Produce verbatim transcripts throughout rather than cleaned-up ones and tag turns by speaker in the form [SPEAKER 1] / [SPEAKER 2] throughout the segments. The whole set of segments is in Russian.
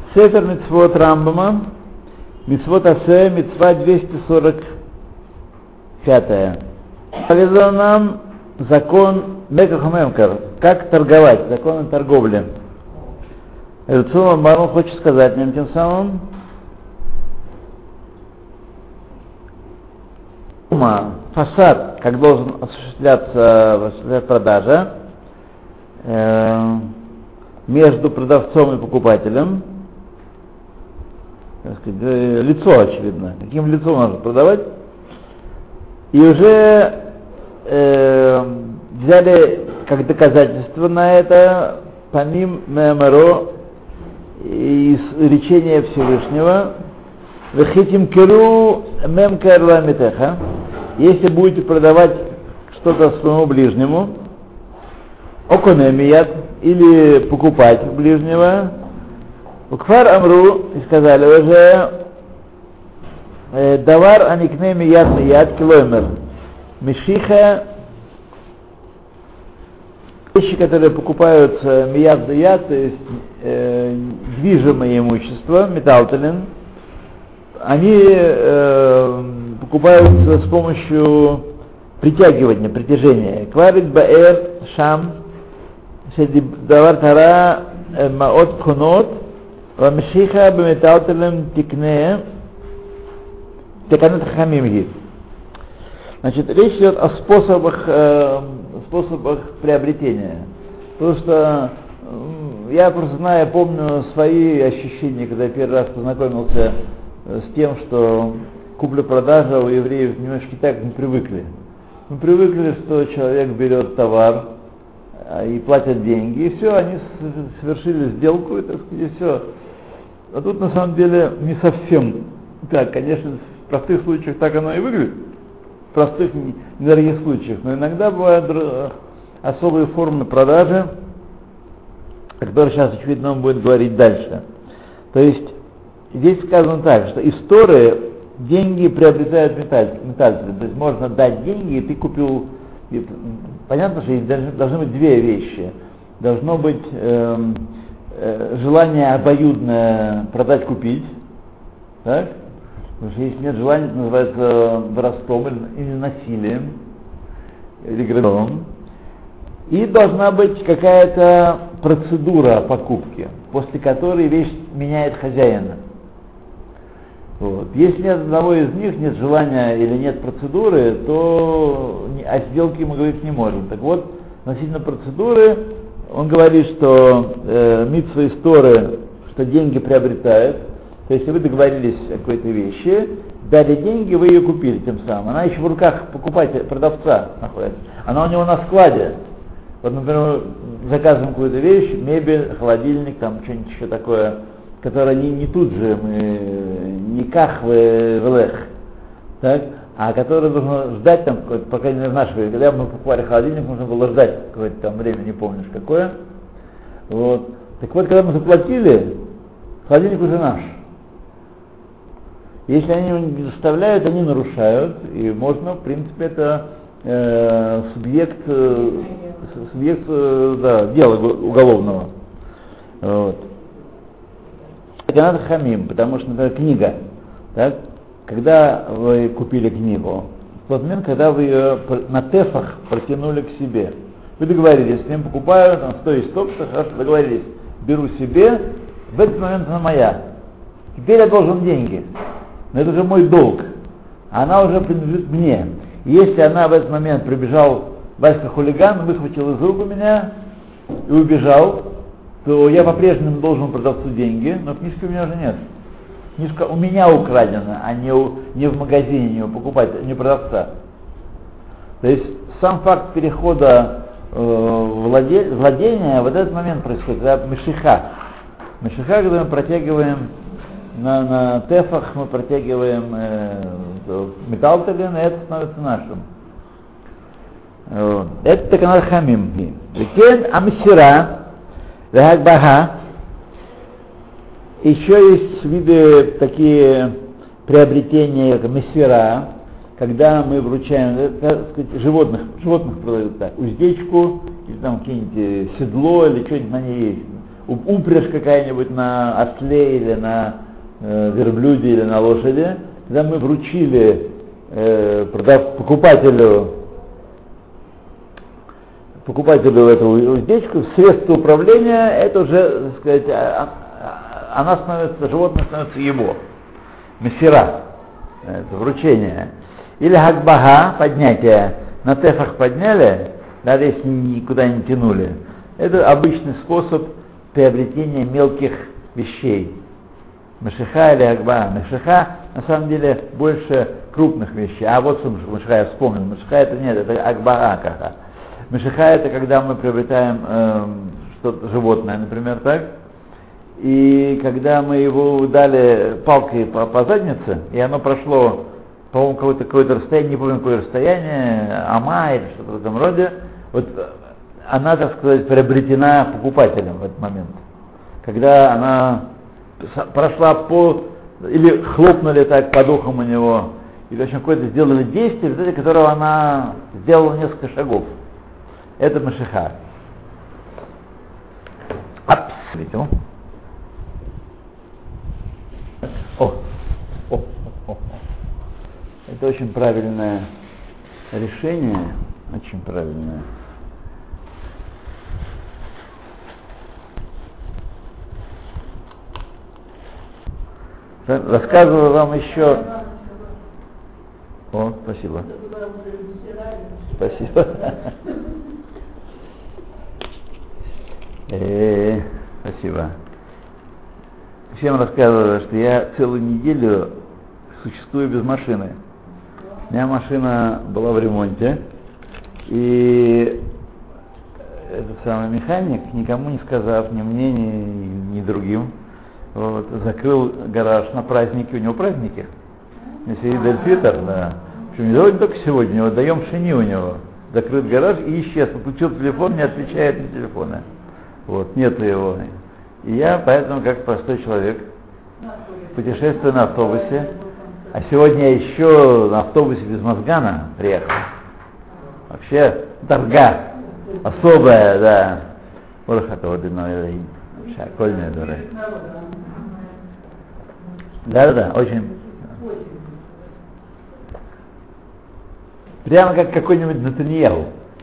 [SPEAKER 1] Сефер Мицвот Рамбама, Мицвот Асе, Мицва двести сорок пять. Повезло нам закон Мекахумемкар, как торговать, закон о торговле. Это что Барон хочет сказать нам тем самым? Фасад, как должен осуществляться продажа э, между продавцом и покупателем, так сказать, лицо очевидно, каким лицом нужно продавать, и уже э, взяли как доказательство на это помимо Мемеро из речения Всевышнего «Вехитим керу мемкер ламитеха», если будете продавать что-то своему ближнему, оконемият, или покупать ближнего, укфар амру, и сказали уже, давар аникне мият мият килоймер, мишиха, вещи, которые покупаются мият мият, то есть э, движимое имущество, металтелин, они э, покупаются с помощью притягивания, притяжения. Кварит баэр шам давар тара маот конот вамшиха бметалтелем тикне теканет хамимги. Значит, речь идет о способах, э, способах приобретения. Потому что э, я просто знаю, помню свои ощущения, когда я первый раз познакомился с тем, что купля-продажа у евреев немножко так не привыкли. Мы привыкли, что человек берет товар и платят деньги, и все, они совершили сделку, и, так сказать, и все. А тут на самом деле не совсем так. Конечно, в простых случаях так оно и выглядит, в простых, недорогих случаях, но иногда бывают особые формы продажи, о которых сейчас, очевидно, он будет говорить дальше. То есть, здесь сказано так, что из Торы деньги приобретают металл, металл. То есть можно дать деньги, и ты купил. И понятно, что должны, должны быть две вещи. Должно быть э, э, желание обоюдное продать, купить. Так? Потому что если нет желания, это называется воровством или, или насилием, или грабежом. И должна быть какая-то процедура покупки, после которой вещь меняет хозяина. Вот. Если нет одного из них, нет желания или нет процедуры, то о сделке мы говорить не можем. Так вот, относительно процедуры, он говорит, что э, мицва из Торы, что деньги приобретают. То есть, если вы договорились о какой-то вещи, дали деньги, вы ее купили тем самым. Она еще в руках покупателя, продавца находится. Она у него на складе. Вот, например, заказываем какую-то вещь, мебель, холодильник, там что-нибудь еще такое, которое не, не тут же, мы, не ках в велех, так, а которое нужно ждать там, по крайней мере, в наше время. Когда мы покупали холодильник, нужно было ждать какое-то там время, не помнишь какое. Вот. Так вот, когда мы заплатили, холодильник уже наш. Если они его не заставляют, они нарушают, и можно, в принципе, это э, субъект, э, субъект э, да, дела уголовного. Вот. Это надо хамим, потому что, например, книга, так, когда вы купили книгу, в тот момент, когда вы ее на тефах протянули к себе, вы договорились, с ним покупаю, там, сто и сто, хорошо, договорились, беру себе, в этот момент она моя. Теперь я должен деньги, но это уже мой долг, она уже принадлежит мне. И если она в этот момент прибежал Васька-хулиган, выхватил из рук у меня и убежал, то я по-прежнему должен продавцу деньги, но книжки у меня уже нет. Книжка у меня украдена, а не, у, не в магазине, не у покупателя, не у продавца. То есть сам факт перехода э, владе, владения, вот этот момент происходит, когда мешиха. Мешиха, когда мы протягиваем на, на тефах, мы протягиваем э, металтелин, и это становится нашим. Э, это таканар хамим. Лекен амсира. Бага. Еще есть виды такие приобретения, как мессира, когда мы вручаем, так сказать, животных, животных продают так, уздечку, или там какие-нибудь седло, или что-нибудь на ней есть. упряжь какая-нибудь на осле или на э, верблюде или на лошади, когда мы вручили э, продав, покупателю покупателю эту уздечку, средство управления, это уже, так сказать, она становится, животное становится его. Мессира, это вручение. Или хакбага, поднятие. На тефах подняли, даже если никуда не тянули. Это обычный способ приобретения мелких вещей. Машиха или хакбага. Машиха, на самом деле, больше крупных вещей. А вот что Машиха, я вспомнил. Машиха это нет, это хакбага кака. Машиха это когда мы приобретаем э, что-то животное, например, так. И когда мы его дали палкой по, по заднице, и оно прошло, по-моему, какое-то, какое-то расстояние, не помню какое расстояние, ама или что-то в этом роде, вот она, так сказать, приобретена покупателем в этот момент. Когда она прошла по, или хлопнули так по духам у него, или в общем какое-то сделали действие, в результате которого она сделала несколько шагов. Это машиха. Апс, видел? О, о, о, о. Это очень правильное решение, очень правильное. Рассказываю вам еще. О, спасибо. Спасибо. Э, спасибо. Всем рассказываю, что я целую неделю существую без машины. У меня машина была в ремонте, и этот самый механик, никому не сказав, ни мне, ни, ни другим, вот, закрыл гараж на праздники. У него праздники. Если Идель Фитр, да. Причем не только сегодня, вот даем шини у него. Закрыт гараж и исчез. Подключил телефон, не отвечает на телефоны. Вот, нету его. И я поэтому, как простой человек, путешествую на автобусе. А сегодня я еще на автобусе без Мозгана приехал. Вообще, торга особая, да. Шакольная дура. Да-да-да, очень. Прямо как какой-нибудь Натаньяху.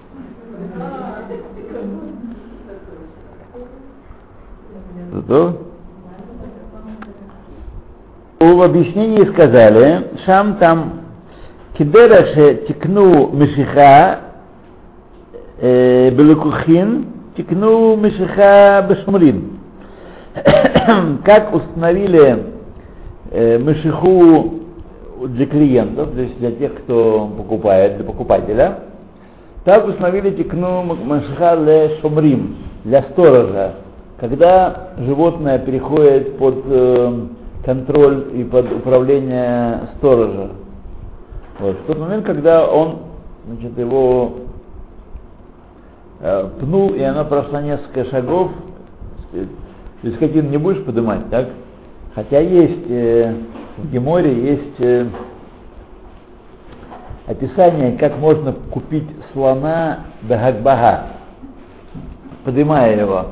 [SPEAKER 1] В объяснении сказали, шам там кидераше тикну мишиха белукухин, тикну мишиха бешмурин. Как установили э, мишиху для клиентов, то есть для тех, кто покупает, для покупателя, так установили тикну мишиха ле шомрим, для сторожа. Когда животное переходит под э, контроль и под управление сторожа. Вот. В тот момент, когда он, значит, его э, пнул, и она прошла несколько шагов, то есть скотину не будешь поднимать, так? Хотя есть, э, в Геморе есть э, описание, как можно купить слона бехакбага, поднимая его.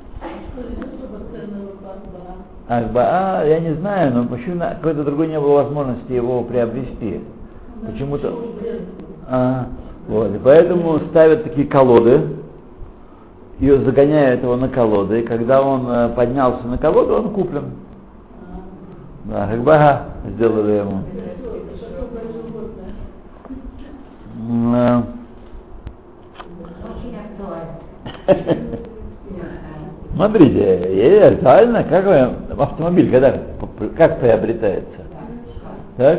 [SPEAKER 1] Ахбаа, я не знаю, но почему какой-то другой не было возможности его приобрести. Почему-то. А, вот, и поэтому ставят такие колоды, и загоняют его на колоды, и когда он э, поднялся на колоду, он куплен. Да, Ахбаа сделали ему. Смотрите, актуально, как автомобиль, когда, как приобретается. Так?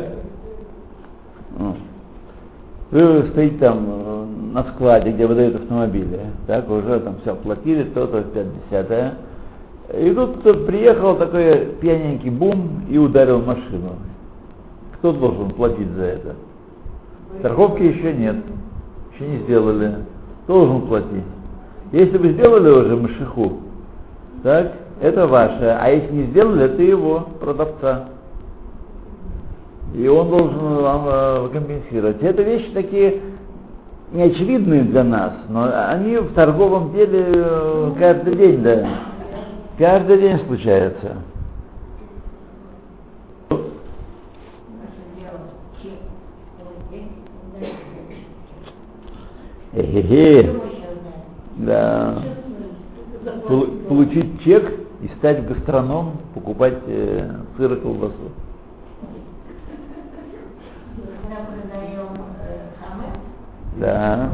[SPEAKER 1] Вы стоите там на складе, где выдают автомобили, так, уже там все оплатили, то-то, пятьдесятое. И тут приехал такой пьяненький бум и ударил машину. Кто должен платить за это? Страховки еще нет, еще не сделали. Кто должен платить? Если вы сделали уже машиху, так, это ваше, а если не сделали, это его, продавца. И он должен вам э, компенсировать. Это вещи такие неочевидные для нас, но они в торговом деле э, каждый день, да. Каждый день случается. Эхе-хе. Да. Получить чек и стать гастрономом, покупать э, сыр и колбасу. Да.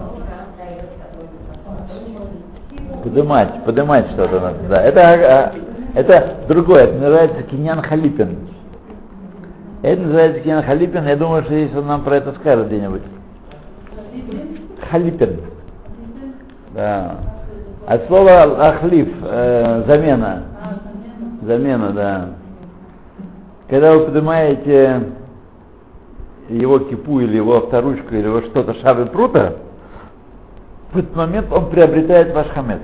[SPEAKER 1] Подымать, подымать что-то надо. Да. Это, это другое, это называется киньян халипин. Это называется киньян халипин, я думаю, что если он нам про это скажет где-нибудь. Халипин. Да. От слова ахлиф, э, замена. Замена, да. Когда вы поднимаете его кипу или его авторучку или его что-то шабы прута, в этот момент он приобретает ваш хамец.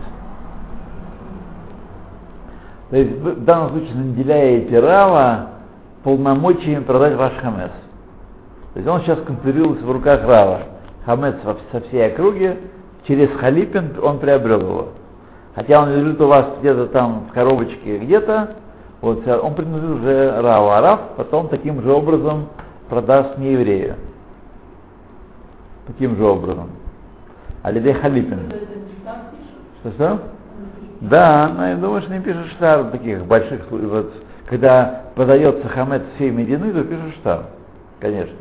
[SPEAKER 1] То есть вы в данном случае наделяете Рава полномочиями продать ваш хамец. То есть он сейчас концентрируется в руках Рава. Хамец со всей округи, через халипин он приобрел его. Хотя он лежит у вас где-то там в коробочке где-то, вот, он принадлежит уже Раву, а Рав потом таким же образом продаст нееврею. Таким же образом. Алидей халипин. Что-что? Да, но я думаю, что не пишет штар таких больших, вот, когда подается хамец всей Медины, то пишет штар, конечно.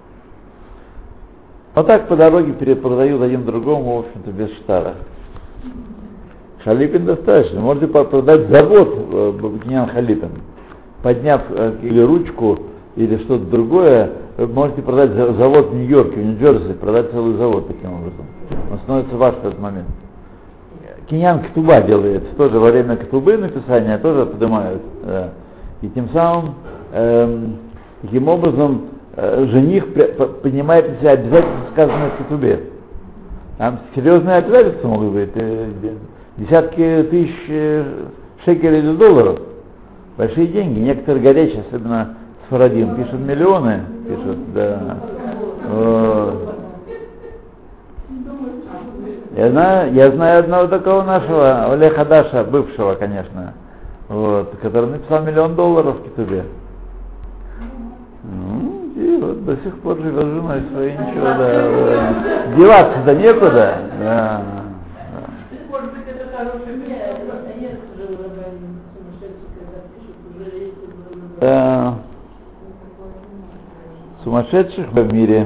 [SPEAKER 1] Вот так по дороге перепродают один другому, в общем-то, без штара. Халипин достаточно. Можете продать завод Киньян халипин. Подняв или ручку, или что-то другое, вы можете продать завод в Нью-Йорке, в Нью-Джерси, продать целый завод таким образом. Он становится ваш в этот момент. Киньян Ктуба делается, тоже во время Ктубы написания тоже поднимают. Да. И тем самым, эм, таким образом, э, жених поднимает на себя обязательства, сказанные в Ктубе. Там серьезные обязательства могут быть, э, десятки тысяч э, шекелей или долларов. Большие деньги. Некоторые горячие, особенно Сфарадим, пишут миллионы, пишут, да. Вот. Я знаю, я знаю одного такого нашего, Олега Даша, бывшего, конечно, вот, который написал миллион долларов в Китубе. Ну, и вот до сих пор живет с женой своей, ничего, да. Деваться-то некуда, да.
[SPEAKER 2] Может быть, это хорошее место, а нет уже сумасшедших,
[SPEAKER 1] Да. Сумасшедших в мире.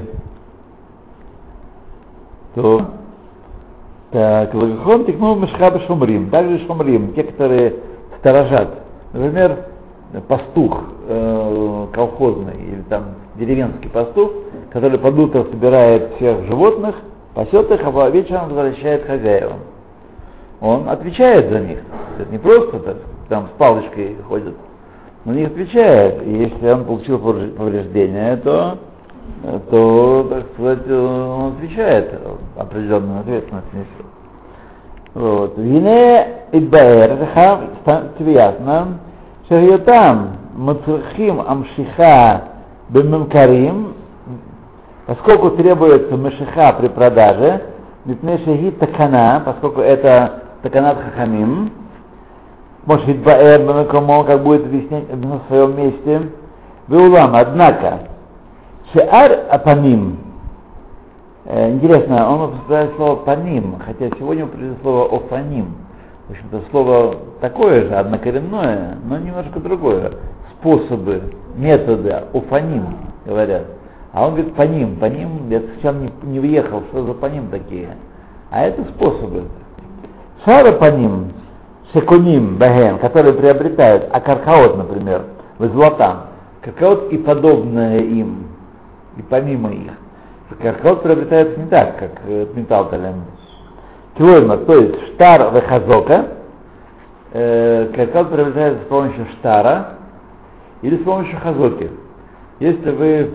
[SPEAKER 1] То. Так, Лагахон тикнул Мешхаба Шумрим. Также Шумрим, те, которые сторожат. Например, пастух э, колхозный или там деревенский пастух, который под утро собирает всех животных, пасет их, а вечером возвращает хозяевам. Он отвечает за них. Это не просто так, там с палочкой ходят. Он не отвечает. И если он получил повреждения, то, то, так сказать, он отвечает, определенную ответственность несет. Вот. Вине идбаэр, становится ясно, что ее там мацрхим амшиха бемемкарим, поскольку требуется мешиха при продаже, митмешихи такана, поскольку это таканат хахамим, может быть, баэр бемекомо, как будет объяснять на своем месте, веулам, однако, шеар апаним, интересно, он употребляет слово паним, хотя сегодня употребляет слово офаним. В общем-то, слово такое же, однокоренное, но немножко другое. Способы, методы, офаним, говорят. А он говорит паним. Паним, я сам не, не въехал, что за паним такие. А это способы. Шара паним, шекуним, бахен, которые приобретают, а каркаот, например, в золотам. Каркаот и подобное им, и помимо их. Каркаот приобретается не так, как металл талем. Килойма, то есть штар вехазока, э, каркаот приобретается с помощью штара или с помощью хазоки. Если вы,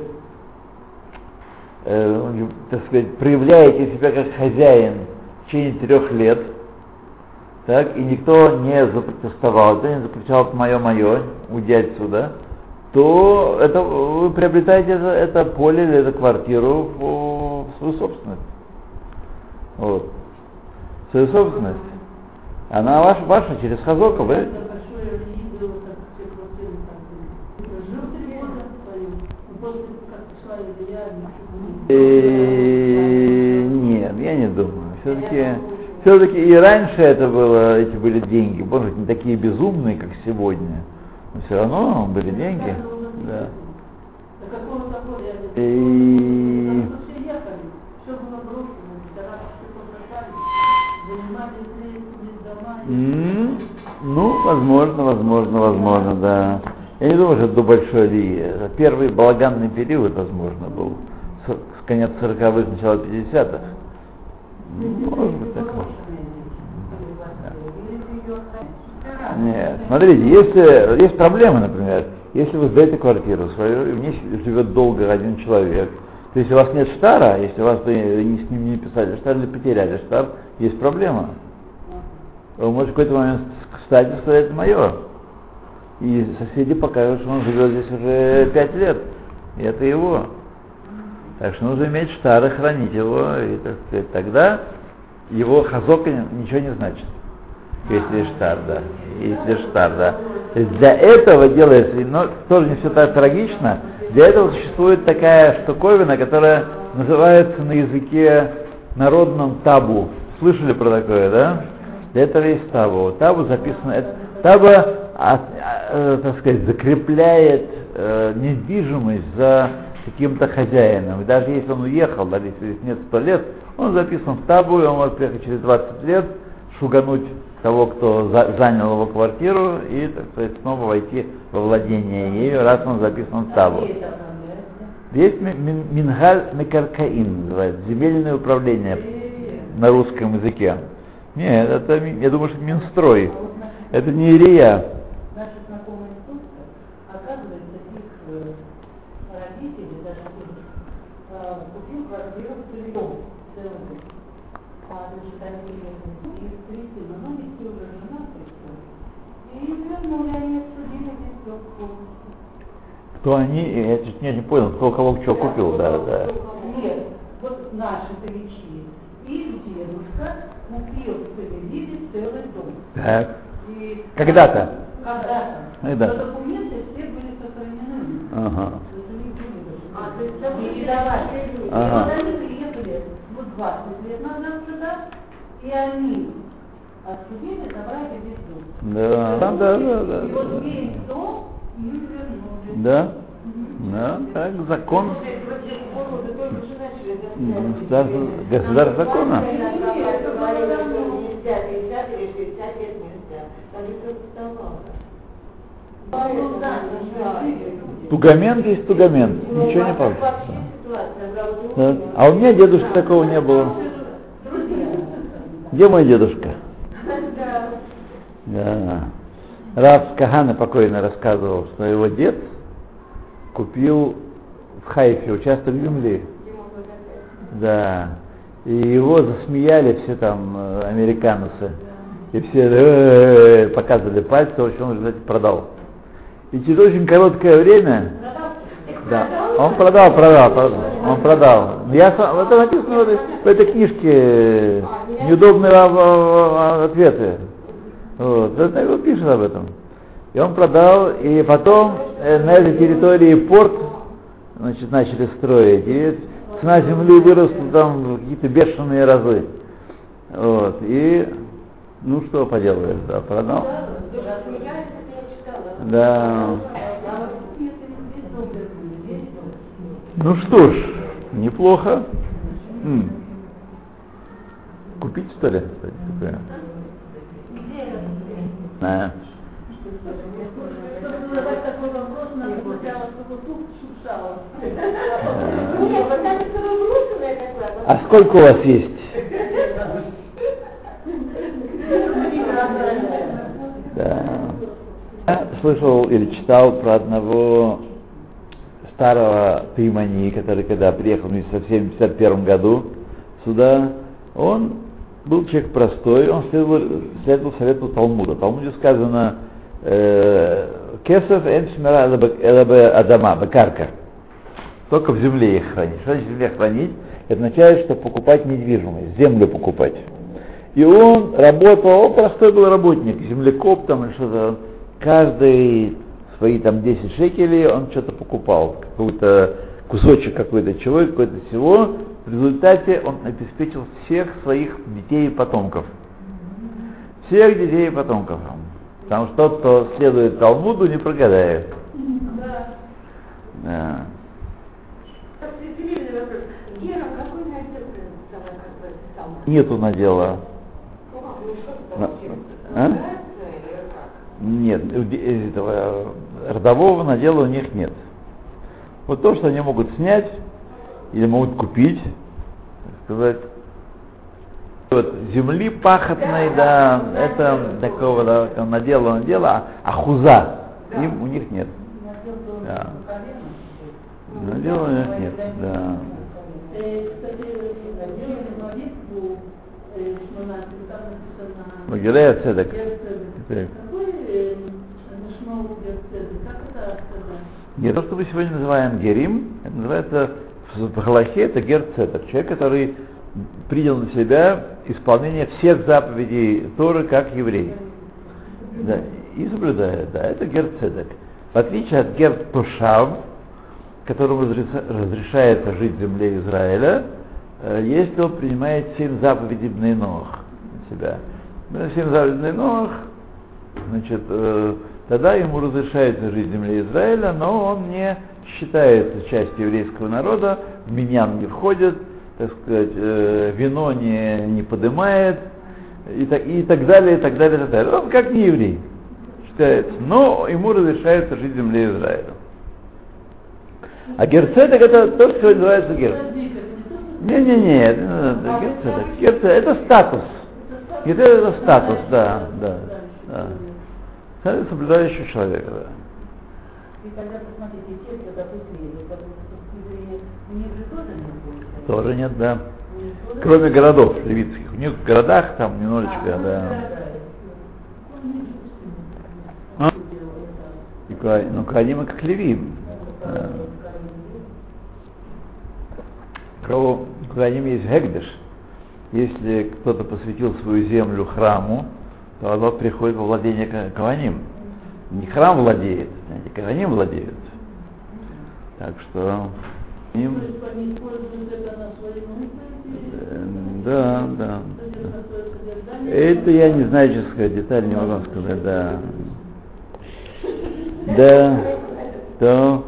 [SPEAKER 1] э, так сказать, проявляете себя как хозяин в течение трех лет, так, и никто не запротестовал, никто не закричал «мое-мое, уйди отсюда», то это, вы приобретаете это, это поле или эту квартиру в, в свою собственность. Вот. Свою собственность. Она ваша, ваша через хазока, вы? Э, Нет, я не думаю. Все-таки, все-таки и раньше это было, эти были деньги, может быть, не такие безумные, как сегодня, но все равно были деньги. Да. И... Mm, ну, возможно, возможно, возможно, да. Я не думаю, что это до большой лии. Первый балаганный период, возможно, был с, с конец сороковых, начало пятидесятых. Может быть, такое. Да. Нет, смотрите, если есть проблемы, например, если вы сдаете квартиру свою, и в ней живет долго один человек, то если у вас нет штара, если у вас вы с ним не писали штар или потеряли штар, есть проблема. Вы можете в какой-то момент, кстати, сказать, это мое. И соседи покажут, что он живет здесь уже пять лет. И это его. Так что нужно иметь штар и хранить его. И, так сказать, тогда его хазока ничего не значит. Если штар, да. Если штар, да. То есть для этого делается, но тоже не все так трагично, для этого существует такая штуковина, которая называется на языке народном табу. Слышали про такое, да? Для этого есть табу. Табу записано, это, табу, а, а, так сказать, закрепляет э, недвижимость за каким-то хозяином. И даже если он уехал, даже если нет сто лет, он записан в табу, и он может приехать через двадцать лет, шугануть того, кто за, занял его квартиру, и, так сказать, снова войти во владение ею, раз он записан в табу. Есть мин, Мингаль Мекаркаин, называется, земельное управление на русском языке. Нет, это, я думаю, что Минстрой. Это не Ирия.
[SPEAKER 2] Наши знакомые из Курска, оказывается, их родители, даже купил квартиру целиком, целый год. А, значит, они приехали, и три сына, но не все уже женаты, и вернули, они обсудили здесь все полностью.
[SPEAKER 1] Кто они? Я чуть не, не понял, кто кого что купил, да, да.
[SPEAKER 2] Нет, вот наши старички. Их дедушка купил в Савелиде целый дом.
[SPEAKER 1] Так.
[SPEAKER 2] И
[SPEAKER 1] Когда-то?
[SPEAKER 2] Когда-то.
[SPEAKER 1] Когда-то.
[SPEAKER 2] Но документы все были сохранены.
[SPEAKER 1] Ага.
[SPEAKER 2] А, то есть не передавали.
[SPEAKER 1] Ага.
[SPEAKER 2] И вот они приехали вот двадцать лет назад сюда, и они отсудили, забрали весь дом.
[SPEAKER 1] Да, да, да, да, да.
[SPEAKER 2] И вот весь дом им вернули.
[SPEAKER 1] Да? Да, так, закон. Государство, государство закона. Тугамент есть тугамент, ничего не получится. Да. А у меня дедушки такого не было. Где мой дедушка? Да. Рав Кахана покойно рассказывал, что его дед купил в Хайфе участок земли. Да. И его засмеяли все там американцы. И все э-э-э, показывали пальцы, в общем, он, кстати, продал. И через очень короткое время... Да, он продал, продал, продал, он продал. Я, это написано в этой, в этой книжке «Неудобные ответы». Вот, это его пишет об этом. И он продал, и потом э, на этой территории порт, значит, начали строить, и цена земли выросла там в какие-то бешеные разы. Вот, и, ну что поделаешь, да, продал. Да. Ну что ж, неплохо. М. Купить, что ли, кстати, такое? Да. А сколько у вас есть? Да. Я слышал или читал про одного старого Таймани, который когда приехал в семьдесят первом году сюда, он был человек простой, он следовал, следовал совету Талмуда. В Талмуде сказано «Кесов эн шмира элабе адама, бекарка». Только в земле их хранить. Что значит в земле хранить? Это означает, что покупать недвижимость, землю покупать. И он работал, он простой был работник, землекоп там или что-то. Каждый свои там десять шекелей он что-то покупал, какую-то кусочек какой-то чего, какой-то всего, в результате он обеспечил всех своих детей и потомков. Всех детей и потомков. Потому что тот, кто следует Талмуду, не прогадает. Да. Нету надела. А? Нет, этого родового надела у них нет. Вот то, что они могут снять или могут купить, так сказать, вот земли пахотной, да, это такого да, надела надела, а хуза им у них нет. Да. Надела у них нет, да. Герей Цедек. Не то, что мы сегодня называем Герим, это называется в Галахе, это Гер Цедек, человек, который принял на себя исполнение всех заповедей Торы как еврей. Да, и соблюдает, да, это Гер Цедек. В отличие от Гер Тошав, которому разрешается жить в земле Израиля, если он принимает семь заповедей Бней Ноах на себя. Семь заповедей Бней Ноах, значит, тогда ему разрешается жить в земле Израиля, но он не считается частью еврейского народа, в миньян не входит, так сказать, вино не, не подымает, и так, и так далее, и так далее, и так далее. Он как не еврей считается, но ему разрешается жить в земле Израиля. А Герцедек это то, что называется Герцедек. Не-не-не, это, Герцедек. Это статус. Герцедек это статус, да, да. да. Это соблюдающий человек, да.
[SPEAKER 2] И тогда посмотрите, те, кто допустили, у них же тоже нет.
[SPEAKER 1] Тоже нет, да. Кроме городов левитских. У них в городах там немножечко, а, да. А? Ну, Коаним как Левим. Да. У Коаним есть Гегдеш. Если кто-то посвятил свою землю храму, то оно приходит во владение Коаним. Не храм владеет, знаете, Коаним владеют. Так что им... Да, да. Это я не знаю, честно сказать, деталь не могу сказать, да. Да, то...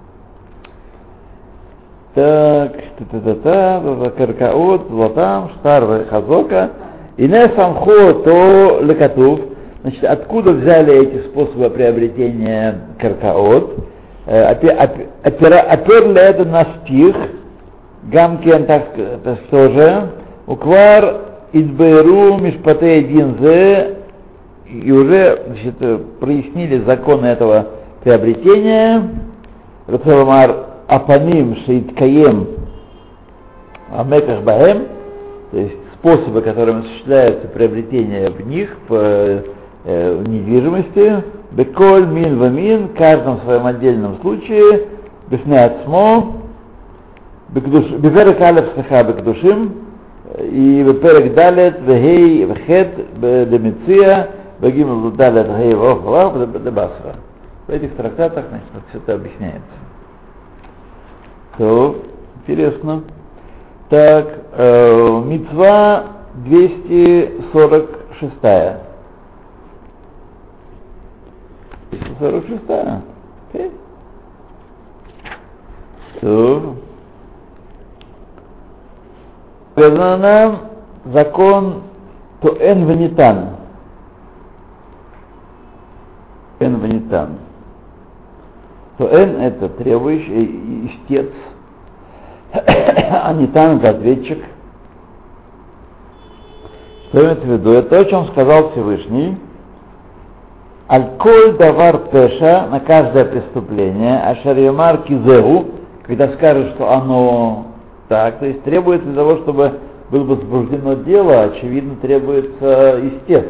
[SPEAKER 1] Так, та-та-та-та, Каркаот, Златам, Штар, Хазока, и Несамхо, то Лекатув. Значит, откуда взяли эти способы приобретения Каркаот? Оперли это на стих, Гамкен так тоже, Уквар Идбейру Мишпатей Динзе, и уже значит, прояснили законы этого приобретения. Рацаламар Апаним Шейткаем Амеках Баэм, то есть способы, которыми осуществляется приобретение в них, в, э, в недвижимости, Беколь Мин Вамин, в каждом своем отдельном случае, Бефнеацмо, Беперек Алеф Саха Бекдушим, и Беперек Далет, Вегей, Вехет, Демиция, Бегим Далет, Вегей, Вохвах, Дебасра. В этих трактатах, значит, все это объясняется. То, интересно. Так, э, мицва двести сорок шесть. двести сорок шесть. Okay. То. Сказано нам закон Тоэн Ванитан. Тоэн Ванитан. Тоэн это требующий, истец. А не танк, ответчик. Что имеется в виду? Это то, о чем сказал Всевышний. Аль-коль давар пеша, на каждое преступление, а шарьямар кизеру, когда скажет, что оно так, то есть требуется для того, чтобы было возбуждено дело, очевидно, требуется истец.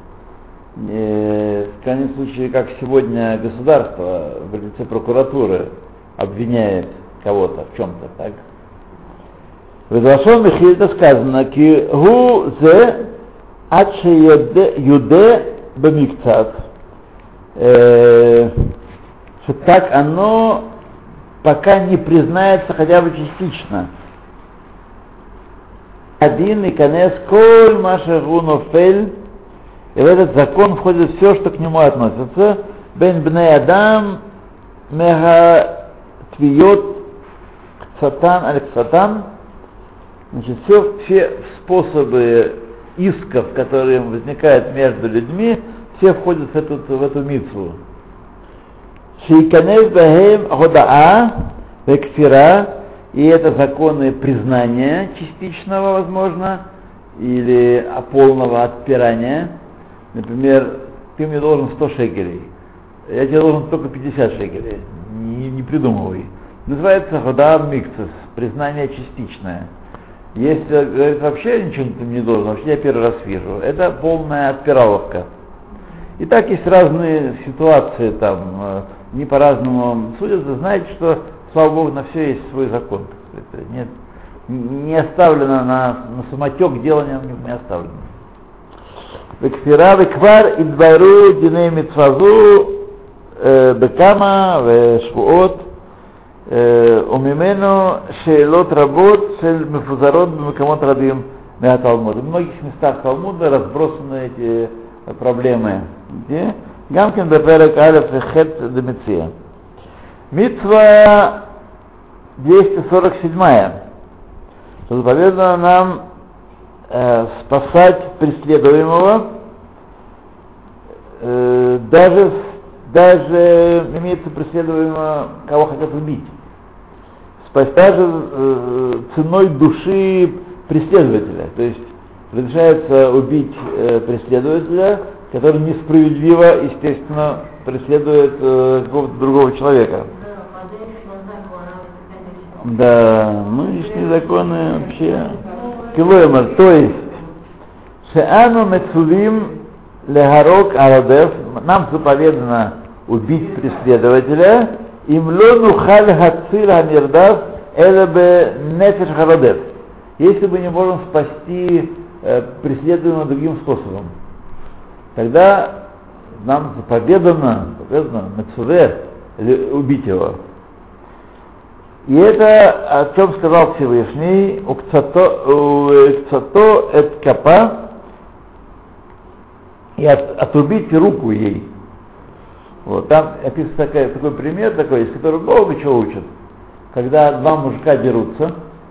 [SPEAKER 1] В крайнем случае, как сегодня государство в лице прокуратуры обвиняет кого-то в чем-то, так? В Лашон Михильда сказано, ки гу зе аче юде бамикцат, что так оно пока не признается хотя бы частично. Один и конец коль машагу нофель, и в этот закон входит все, что к нему относится. Бен бней адам мега твиот кцатан алексатан. Значит, все, все способы исков, которые возникают между людьми, все входят в эту, в эту мицву. Шейканев бахем годаа векфира, и это законы признания частичного, возможно, или полного отпирания. Например, ты мне должен сто шекелей, я тебе должен только пятьдесят шекелей, не, не придумывай. Называется годаа микцес, признание частичное. Если говорит, вообще ничего ты мне не должен, вообще я первый раз вижу, это полная отпираловка. И так есть разные ситуации, там, не по-разному судятся, знаете, что, слава Богу, на все есть свой закон. Это нет, не оставлено на, на самотек, дело не, не оставлено. Векфира веквар идбару диней митцвазу бекама вешвуот умимену шейлот работ шель мефузарот бемекамот рабим меа Талмуда. В многих местах Талмуда разбросаны эти проблемы. Где? Гамкин беперек алеф хет демиция. Митцва двести сорок семь. Заповедано нам э, спасать преследуемого, э, даже, даже имеется преследуемого, кого хотят убить. Спасать даже э, ценой души преследователя. То есть разрешается убить э, преследователя, который несправедливо, естественно, преследует э, какого-то другого человека. Да, нынешние законы вообще. Килоэмер, то есть, шеану мецувим легарок арадев, нам заповедано убить преследователя, им лону халь хацир хамирдав элебе нефеш харадев, если мы не можем спасти э, преследуемого другим способом. Тогда нам заповедано, заповедано мецуве, убить его. И это, о чем сказал Всевышний, «Укцато эт капа», и от, отрубить руку ей. Вот, там описан такой, такой пример, такой, из которого много чего учат. Когда два мужика дерутся,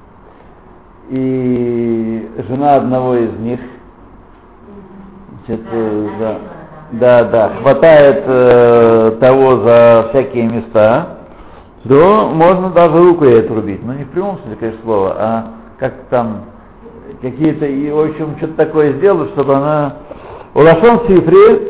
[SPEAKER 1] и жена одного из них, значит, да, да, да, хватает э, того за всякие места, то можно даже руку ей отрубить. Но не в прямом смысле, конечно, слова, а как там какие-то, и, в общем, что-то такое сделать, чтобы она... Улашон сифри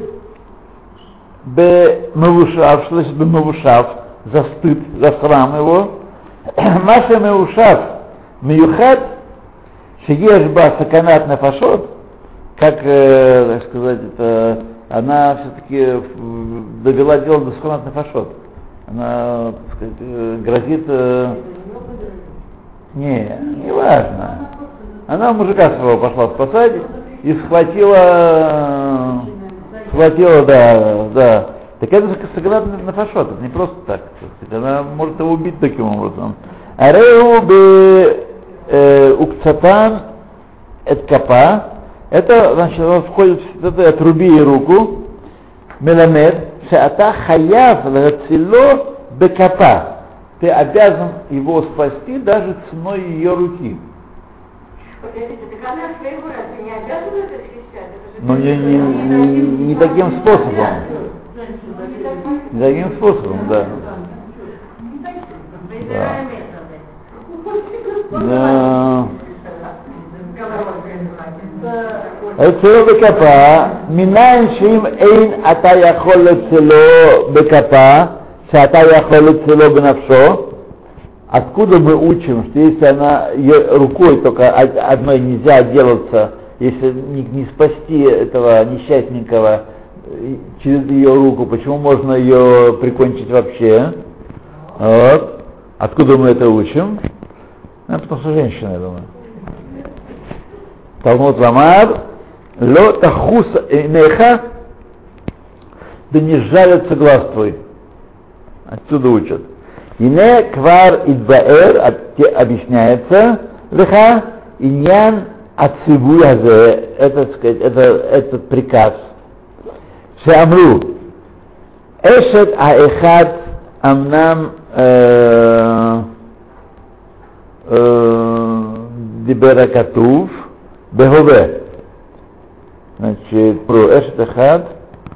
[SPEAKER 1] бе мавушав, что значит бе мавушав, за стыд, за срам его. Маша мавушав миюхат, шигеш ба саканат нафашот, как, э, так сказать, это, она все-таки довела дело до саканат нафашот. Она, так сказать, грозит... Э, не, не важно. Она мужика своего пошла спасать и схватила... Схватила, да, да. Так это же саград на фашот, это не просто так. Она может его убить таким образом. Ареу бе укцатан эт капа. Это, значит, он входит в это отруби ей руку. Меламед. Шеата хаяв лацило бекапа. Ты обязан его спасти даже ценой ее руки. Но не, не, не, не таким способом. Не таким способом, да. Да. Да. אצלו בקפה, מניין שאם אין אתה יכול אצלו בקפה, שאתה יכול אצלו בנפשו, откуда мы учим, что если она рукой только одной нельзя отделаться, если не, не спасти этого несчастненького через ее руку, почему можно ее прикончить вообще? Вот. Откуда мы это учим? Ну, потому что женщина, я думаю. Талмуд ламар, ло тахус нейха, да не жалится глаз твой. Отсюда учат. Ине квар идбаэр объясняется леха иньян ацивуязе, это, сказать, это, этот приказ. Шеамру эшет аэхад амнам диберакатув бехове. Значит, про эшет аэхад,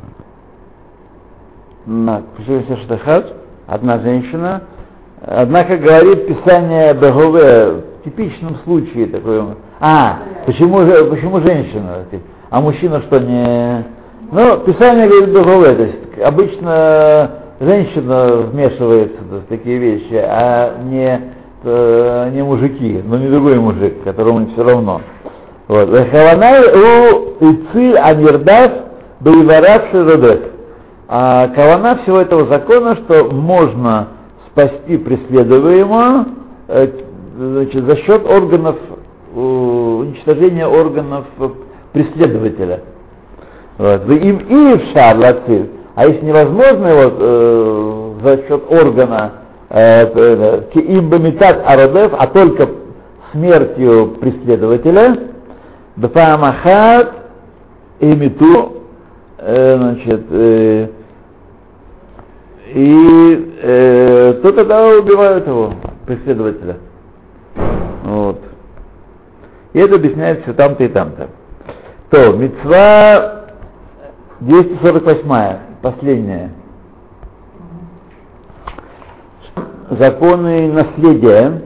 [SPEAKER 1] эшет аэхад, одна женщина, однако говорит Писание Бегове в типичном случае такой. А, почему, почему женщина? А мужчина что не... Ну, Писание говорит Бегове, то есть обычно женщина вмешивается в такие вещи, а не, не мужики, но не другой мужик, которому все равно. Вот. Хаванай у Ици Амирдав Бейварат Широдет. А кавана всего этого закона, что можно спасти преследуемого, значит, за счет органов, уничтожения органов преследователя. Вот. Им и в шарлациль. А если невозможно его э, за счет органа им бамитат ародев, а только смертью преследователя, бфаамахат имиту, значит, э, и э, то тогда убивают его, преследователя. Вот. И это объясняется там-то и там-то. То, мицва двести сорок восемь, последняя. Законы наследия.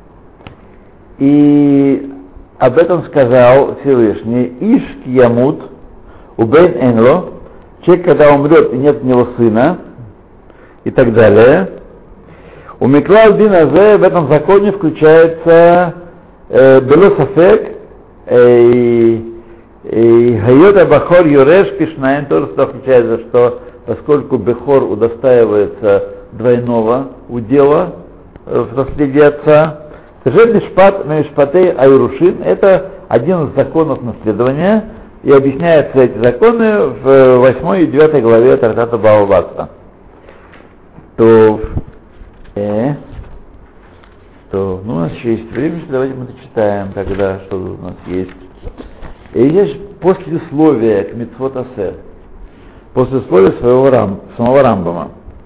[SPEAKER 1] И об этом сказал Всевышний: Иш киямут убейн энло, человек, когда умрет и нет у него сына, и так далее. У Миклал Дин Азе в этом законе включается Белосафек и Хайота Бахор Юреш Пишнаин, тоже сюда включается, что поскольку Бехор удостаивается двойного удела в наследии отца, Мишпат Мишпатей Айрушин — это один из законов наследования, и объясняются эти законы в восьмой и девятой главе Трактата Бава Батра. То, э, то, ну, у нас еще есть время, давайте мы дочитаем тогда, что у нас есть. И есть послесловие к Мицвот Асер, послесловие своего рам, самого Рамбама.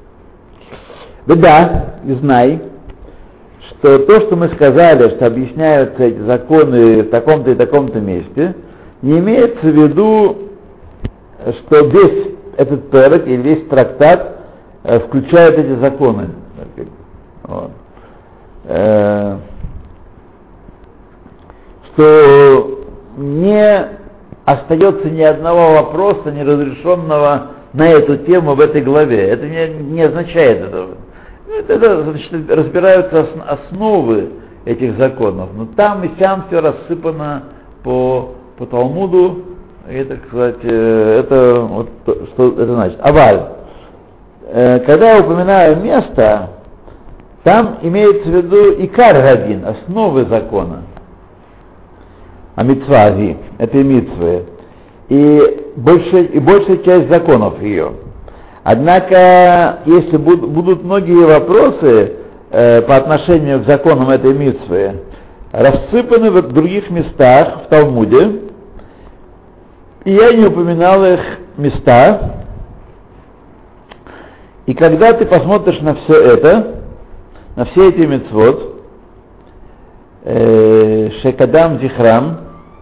[SPEAKER 1] Да, и знай, что то, что мы сказали, что объясняются эти законы в таком-то и таком-то месте, не имеется в виду, что весь этот перек или весь трактат включает эти законы. Вот. Э, что не остается ни одного вопроса неразрешенного на эту тему в этой главе. Это не, не означает этого. Это, значит, разбираются основы этих законов. Но там и сям все рассыпано по, по Талмуду. И это, кстати, это вот что это значит. Аваль. Когда я упоминаю место, там имеется в виду икар гадин, основы закона. А мицвази, это и мицвы. И, больше, и большая часть законов ее. Однако, если будут, будут многие вопросы э, по отношению к законам этой мицвы, рассыпаны в других местах в Талмуде, и я не упоминал их места. И когда ты посмотришь на все это, на все эти мицвот, э, Шекадам Зихрам,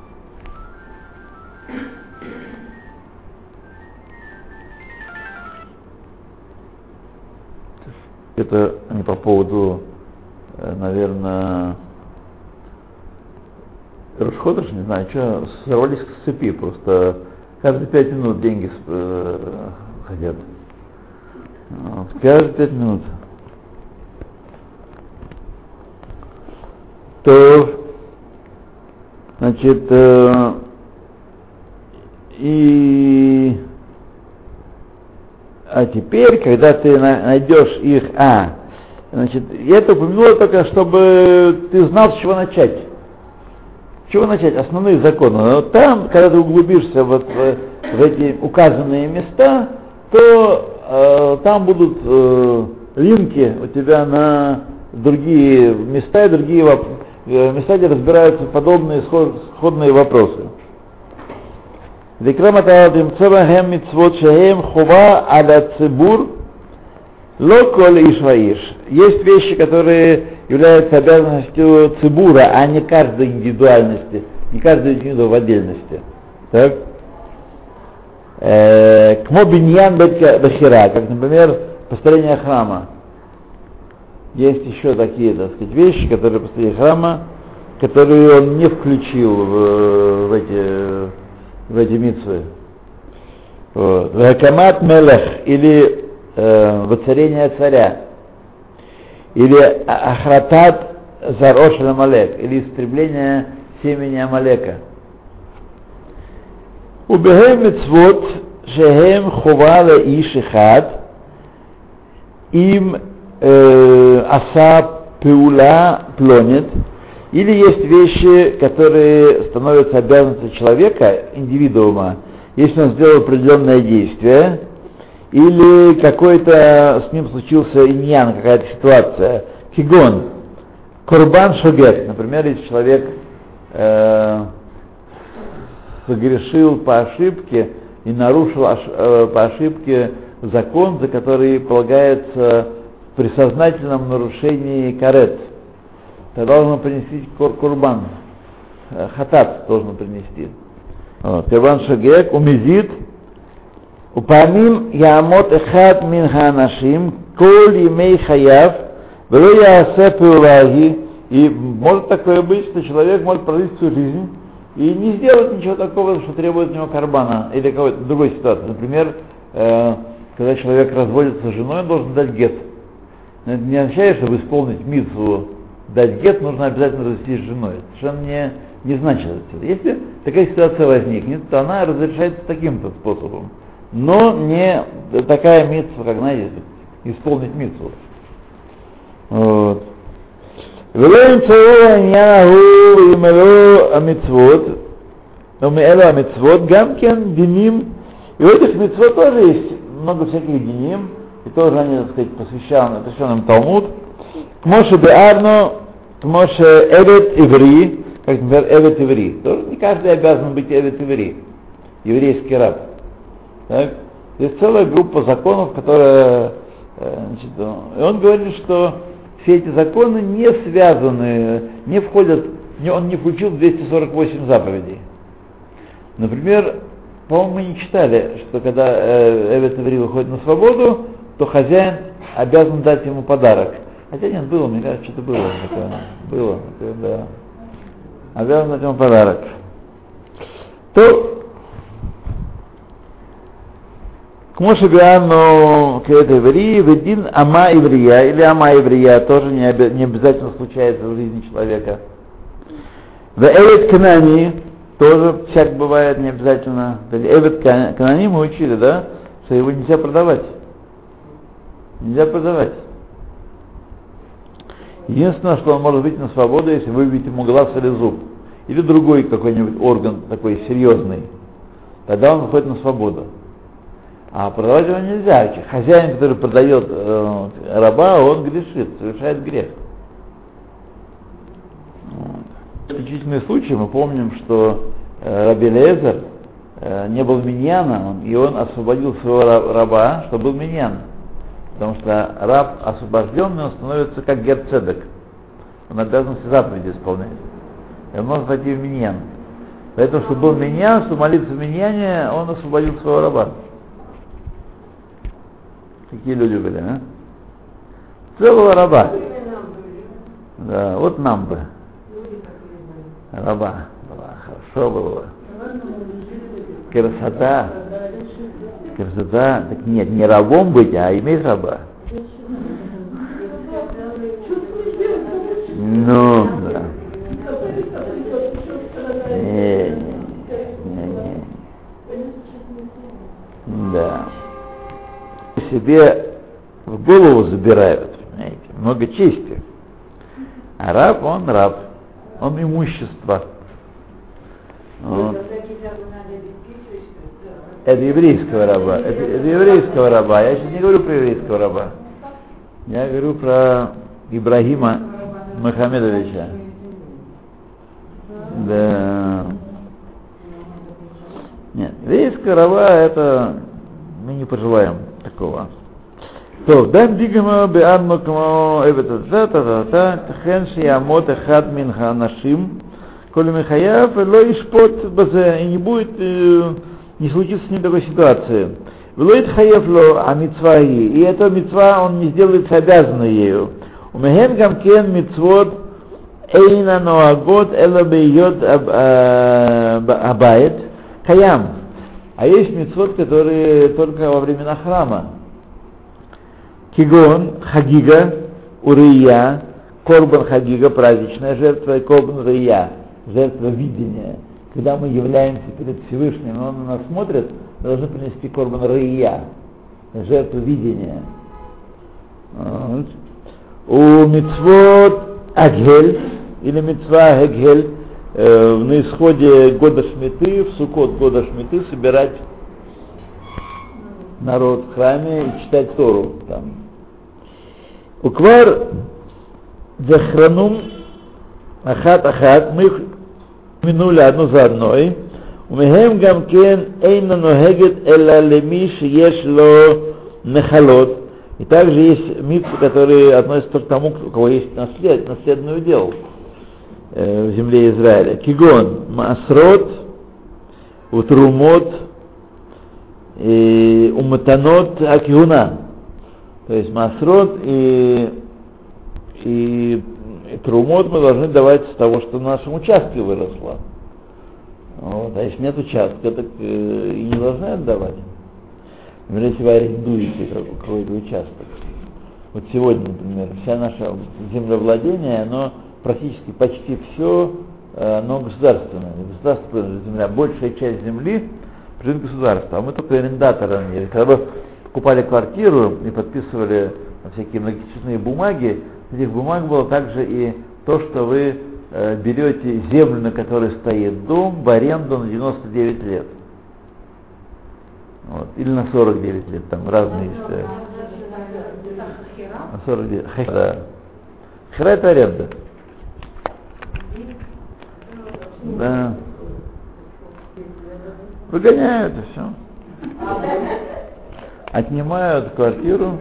[SPEAKER 1] это не по поводу, наверное, расходов, не знаю, что, сорвались с цепи, просто каждые пять минут деньги э, хотят. Вот, каждые пять минут. То, значит, э, и а теперь, когда ты найдешь их, а, значит, я это упомянула только, чтобы ты знал, с чего начать. С чего начать? Основные законы. Но там, когда ты углубишься вот в, в эти указанные места, то э, там будут э, линки у тебя на другие места и другие воп... места, где разбираются подобные сходные вопросы. Викрам атаадим цевахэм митцвот шэхэм хова ада цибур ло коль иш ваиш. Есть вещи, которые являются обязанностью цибура, а не каждой индивидуальности, не каждый индивиду в отдельности. Так? Кмо биньян бахира, как, например, построение храма. Есть еще такие, так сказать, вещи, которые построение храма, которые он не включил в, в эти, в эти мицвы. Вот. Вакамат мелех, или э, воцарение царя, или ахратат зарошель Амалек, или истребление семени Амалека. Убехэм мицвот шехэм хувала иш эхад им аса пеула плонет, или есть вещи, которые становятся обязанностью человека, индивидуума, если он сделал определенное действие, или какой-то с ним случился иньян, какая-то ситуация, кигон, корбан шогет, например, если человек э, согрешил по ошибке и нарушил ош, э, по ошибке закон, за который полагается при сознательном нарушении карет. Тогда должен принести кур- курбан, э, хатат должен принести. Корбан шогет, умизит, упамим ямот эхад мин ханашим, коль имей хаяв, вело яасе пеулаги. И может такое быть, что человек может прожить всю жизнь и не сделать ничего такого, что требует от него карбана, или какой-то другой ситуации. Например, э, когда человек разводится с женой, он должен дать гет. Но это не означает, чтобы исполнить мицву дать гет, нужно обязательно развестись с женой. Это совершенно не, не значит это. Если такая ситуация возникнет, то она разрешается таким-то способом. Но не такая мицва, как, знаете, исполнить мицву. Вот. ולא ימצאו העניין ההוא ומלוא המצוות, או מאלו המצוות, גם כן דינים, и у этих мицвот тоже есть много всяких диним, и тоже они, так сказать, посвящены, посвящены Талмуд. Кмоше беарно, кмоше эвет иври, как, например, эвет иври. Тоже не каждый обязан быть эвет иври, еврейский раб. Так? Есть целая группа законов, которая, значит, и он говорит, что все эти законы не связаны, не входят, он не включил двести сорок восемь заповедей. Например, по-моему, мы не читали, что когда Эвет Иври выходит на свободу, то хозяин обязан дать ему подарок. Хотя нет, было, мне кажется, что-то было такое. Было, такое, да. Обязан дать ему подарок. То к Мошебиану Кеэт Иври, Ведин Ама Иврия, или Ама Иврия, тоже не, оби- не обязательно случается в жизни человека. В Эвет Канани, тоже всяк бывает, не обязательно. Эвет Канани мы учили, да, что его нельзя продавать. Нельзя продавать. Единственное, что он может выйти на свободу, если выбить ему глаз или зуб. Или другой какой-нибудь орган такой серьезный. Тогда он выходит на свободу. А продавать его нельзя. Хозяин, который продает э, раба, он грешит, совершает грех. Вот. Исключительный случай, мы помним, что э, Раби Элиэзер э, не был миньяном, и он освободил своего раба, что был миньян. Потому что раб освобожденный, он становится как гер-цедек. Он обязан все заповеди исполнять. И он может войти в миньян. Поэтому, что был миньян, что молиться в миньяне, он освободил своего раба. Какие люди были, а? Целого раба. Да, вот нам бы. Раба. Хорошо было. Красота. Красота. Так нет, не рабом быть, а иметь раба. Ну, да. Не, не, не, не. Да. Себе в голову забирают, понимаете, много чести. А раб, он раб, он имущество. Вот. Это еврейского раба, это, это еврейского раба, я сейчас не говорю про еврейского раба. Я говорю про Ибрагима Мухаммедовича. Да. Нет, еврейская рава, это мы не пожелаем такого. То, дан дигама беарно камо эвета та та тхен шиямот эхад мин ханашим коли михаяв ло ишпот базе, и не будет, не случится с ним такой ситуации. Влоит хаяв ло а мицва и эта мицва он не сделается обязанной ею. У мехен гамкен мицвот эйна ноагот эла бейот абайет хаям. А есть мицвот, которые только во времена храма. Кигон, хагига, урия, корбан хагига, праздничная жертва, и корбан урия, жертва видения. Когда мы являемся перед Всевышним, он на нас смотрит, мы должны принести корбан урия, жертву видения. Вот. У мицвот агель, или мицва агель, э, на исходе года Шмиты, в Суккот года Шмиты, собирать народ в храме и читать Тору там. Уквар захранум ахат ахат, мы их минули одну за одной. Умехем гамкен эйна нохегет эла лемиш ешло нехалот. И также есть митцвы, которые относятся к тому, у кого есть наслед, наследный удел э, в земле Израиля. Кигон, маасрот, утрумот, и уматанот акиуна. То есть масрот и, и, и трумот мы должны давать с того, что в нашем участке выросло. Вот. А если нет участка, так э, и не должны отдавать. Например, если вы арендуете какой-то участок. Вот сегодня, например, вся наша землевладение, оно практически почти все, оно государственное. Государственная земля, большая часть земли принадлежит государству, а мы только арендаторы. Когда вы покупали квартиру и подписывали всякие многочисленные бумаги, в этих бумагах было также и то, что вы э, берете землю, на которой стоит дом, в аренду на девяносто девять лет. Вот. Или на сорок девять лет, там разные есть. На сорок девять. Да. Хера это аренда. Да. Выгоняют и все. Отнимают квартиру.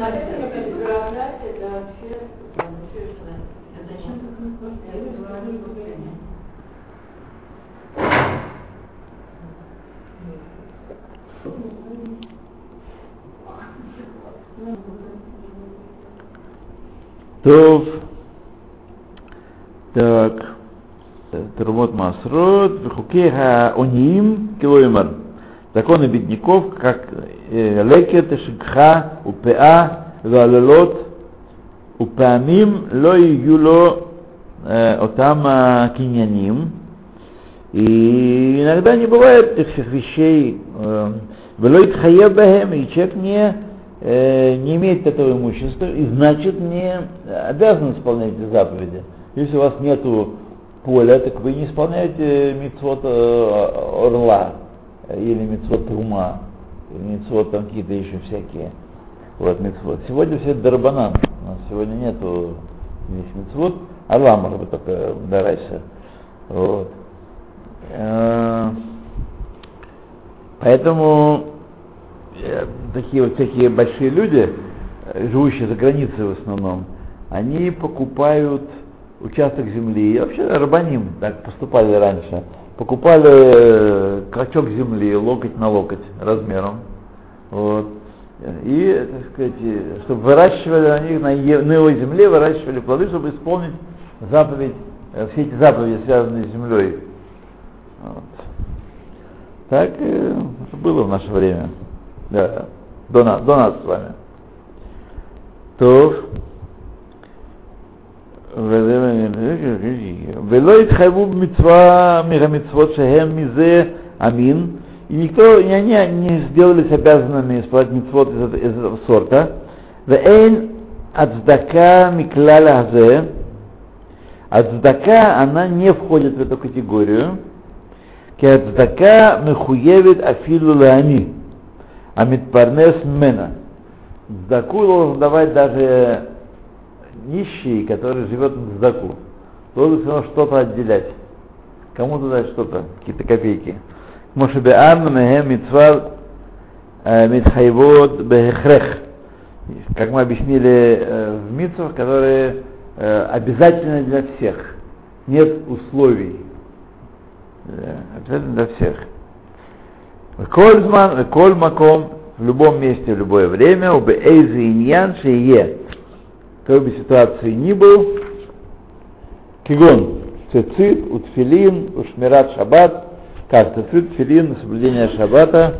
[SPEAKER 1] Тов. Так. Трумот масрот, вихукеха оним килоимар. Законы бедняков, как лекет, шикха, упеа, валелот, упамим, ло юло отам киньяним. И иногда не бывает этих всех вещей, велоит хаебахем, и человек не, не имеет этого имущества, и значит не обязан исполнять эти заповеди. Если у вас нету поля, так вы не исполняете мицвот орла, или мицвот трума, или мицвот там какие-то еще всякие. Вот мицвот. Сегодня все дарбанан. У нас сегодня нету здесь мицвот. Орла, может быть, только дарайся. Вот. Поэтому такие вот всякие большие люди, живущие за границей в основном, они покупают участок земли, и вообще рабаним так поступали раньше, покупали клочок земли, локоть на локоть размером, вот, и, так сказать, чтобы выращивали они на его земле, выращивали плоды, чтобы исполнить заповедь, все эти заповеди, связанные с землей. Вот. Так э, было в наше время, да, до нас, до нас с вами. То вело итхайву мицва мирамицвот шехем мизе амин, и никто, и они не сделались обязанными исполнять мицвот из, из этого сорта. Веэйн ацдака миклаля азе, ацдака, она не входит в эту категорию. Ки ацдака мехуевит афилу лаани, амитпарнес мена. Цдаку должен давать даже нищий, который живет на цдаку. Должен все равно что-то отделять. Кому-то дать что-то, какие-то копейки. Мошебеан мехем митцва митхайвот бехехрех. Как мы объяснили в митцвах, которые обязательны для всех. Нет условий. Обязательно для всех. Кользман, коль маком, в любом месте, в любое время, у бейзи иньян шее. Какой бы ситуации ни был, кигон, цицит, утфилин, ушмират шаббат, как цицит, тфилин, соблюдение шаббата,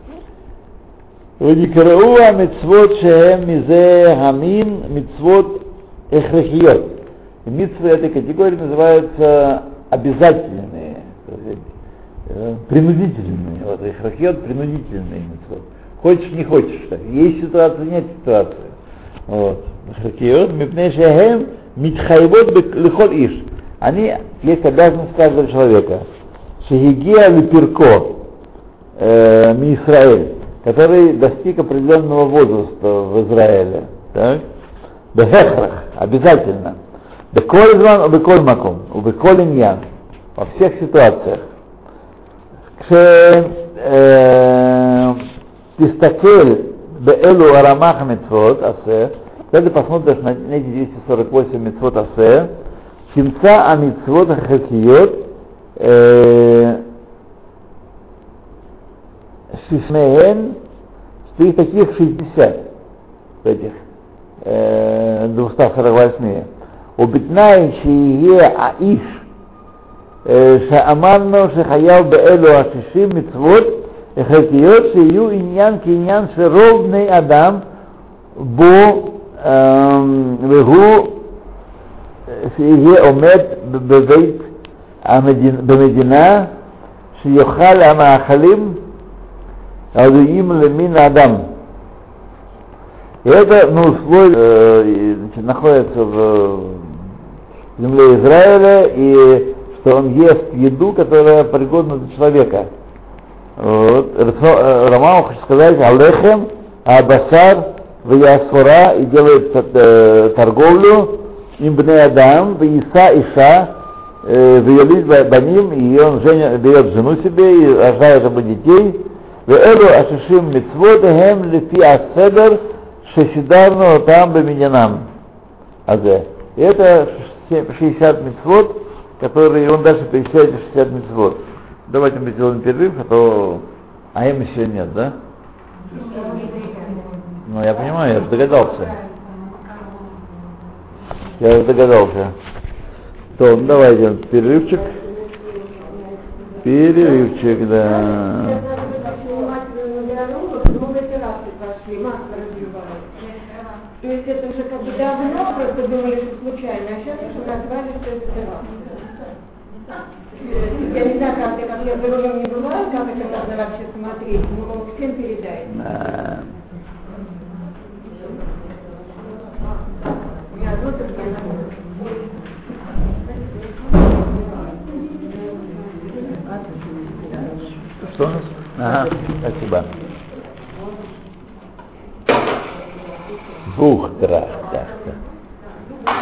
[SPEAKER 1] вникрауа митцвот шеем мизе хамин митцвот эхрехиот. Митцвы этой категории называются обязательные, принудительные. Вот эхрехиот принудительные митцвот. Хочешь, не хочешь. Так. Есть ситуация, нет ситуации. Вот. Эхрехиот мипней шеем митхайвот лихол иш. Они есть обязанность каждого человека. Шехигия липирко ми Исраэль, который достиг определенного возраста в Израиле. Так? Бехехрах, обязательно. Беколь зван, беколь маком, беколь иньян. Во всех ситуациях. Кше тистакель беэлу арамах митцвот асе, когда посмотришь на эти двести сорок восемь митцвот асе, тимца а митцвот ахакиот шишмеен, что их таких шестьдесят, этих двести сорок восемь. ובתנאי שיהיה האיש שאמרנו שחייב באלו השישים מצוות החלטיות שיהיו עניין כעניין של רוב בני אדם בו והוא שיהיה עומד בבית המדינה, במדינה שיאכל המאכלים הראויים למין האדם. И это ну, условие э, находится в земле Израиля, и что он ест еду, которая пригодна для человека. Вот. Рамау хочет сказать алехем, абасар, виясфора, и делает э, торговлю, им бне адам, вииса иша, виялит баним, и он женя, берет жену себе и рождает ему детей. Веэлу ашишим митцвотехем лифи аседер, шесидарно там беминянам. Азе. Это шестьдесят мицвот, которые он дальше перечисляет шестьдесят мицвот. Давайте мы сделаем перерыв, а то а им еще нет, да? Ну я понимаю, я догадался. Я догадался. То, ну, давайте перерывчик. Перерывчик, да.
[SPEAKER 3] То есть это уже как бы давно просто думали, что случайно, а сейчас уже назвали, что это теракт. Я не знаю, как это, как я за рулем не бываю, как это надо вообще смотреть, но всем передайте. У меня одно только
[SPEAKER 1] Что у нас? Ага, спасибо. Бух, драх, так, так.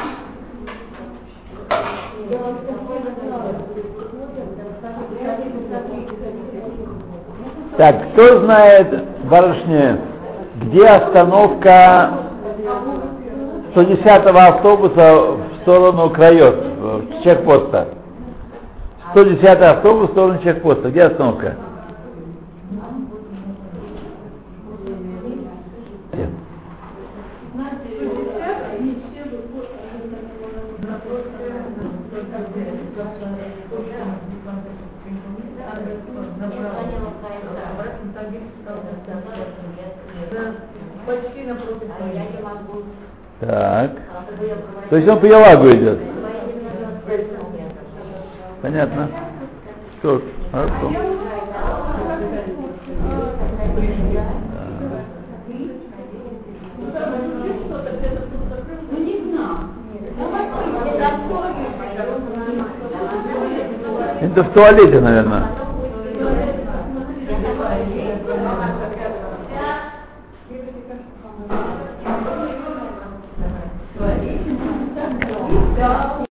[SPEAKER 1] Так, кто знает, барышни, где остановка сто десятого автобуса в сторону Крайот, в чекпоста? сто десятый автобус в сторону чекпоста. Где остановка?
[SPEAKER 2] Почти напротив. Я не могу.
[SPEAKER 1] Так. То есть он по Елагу идет. Понятно. Что? Хорошо. Это в туалете, наверное.
[SPEAKER 3] Да.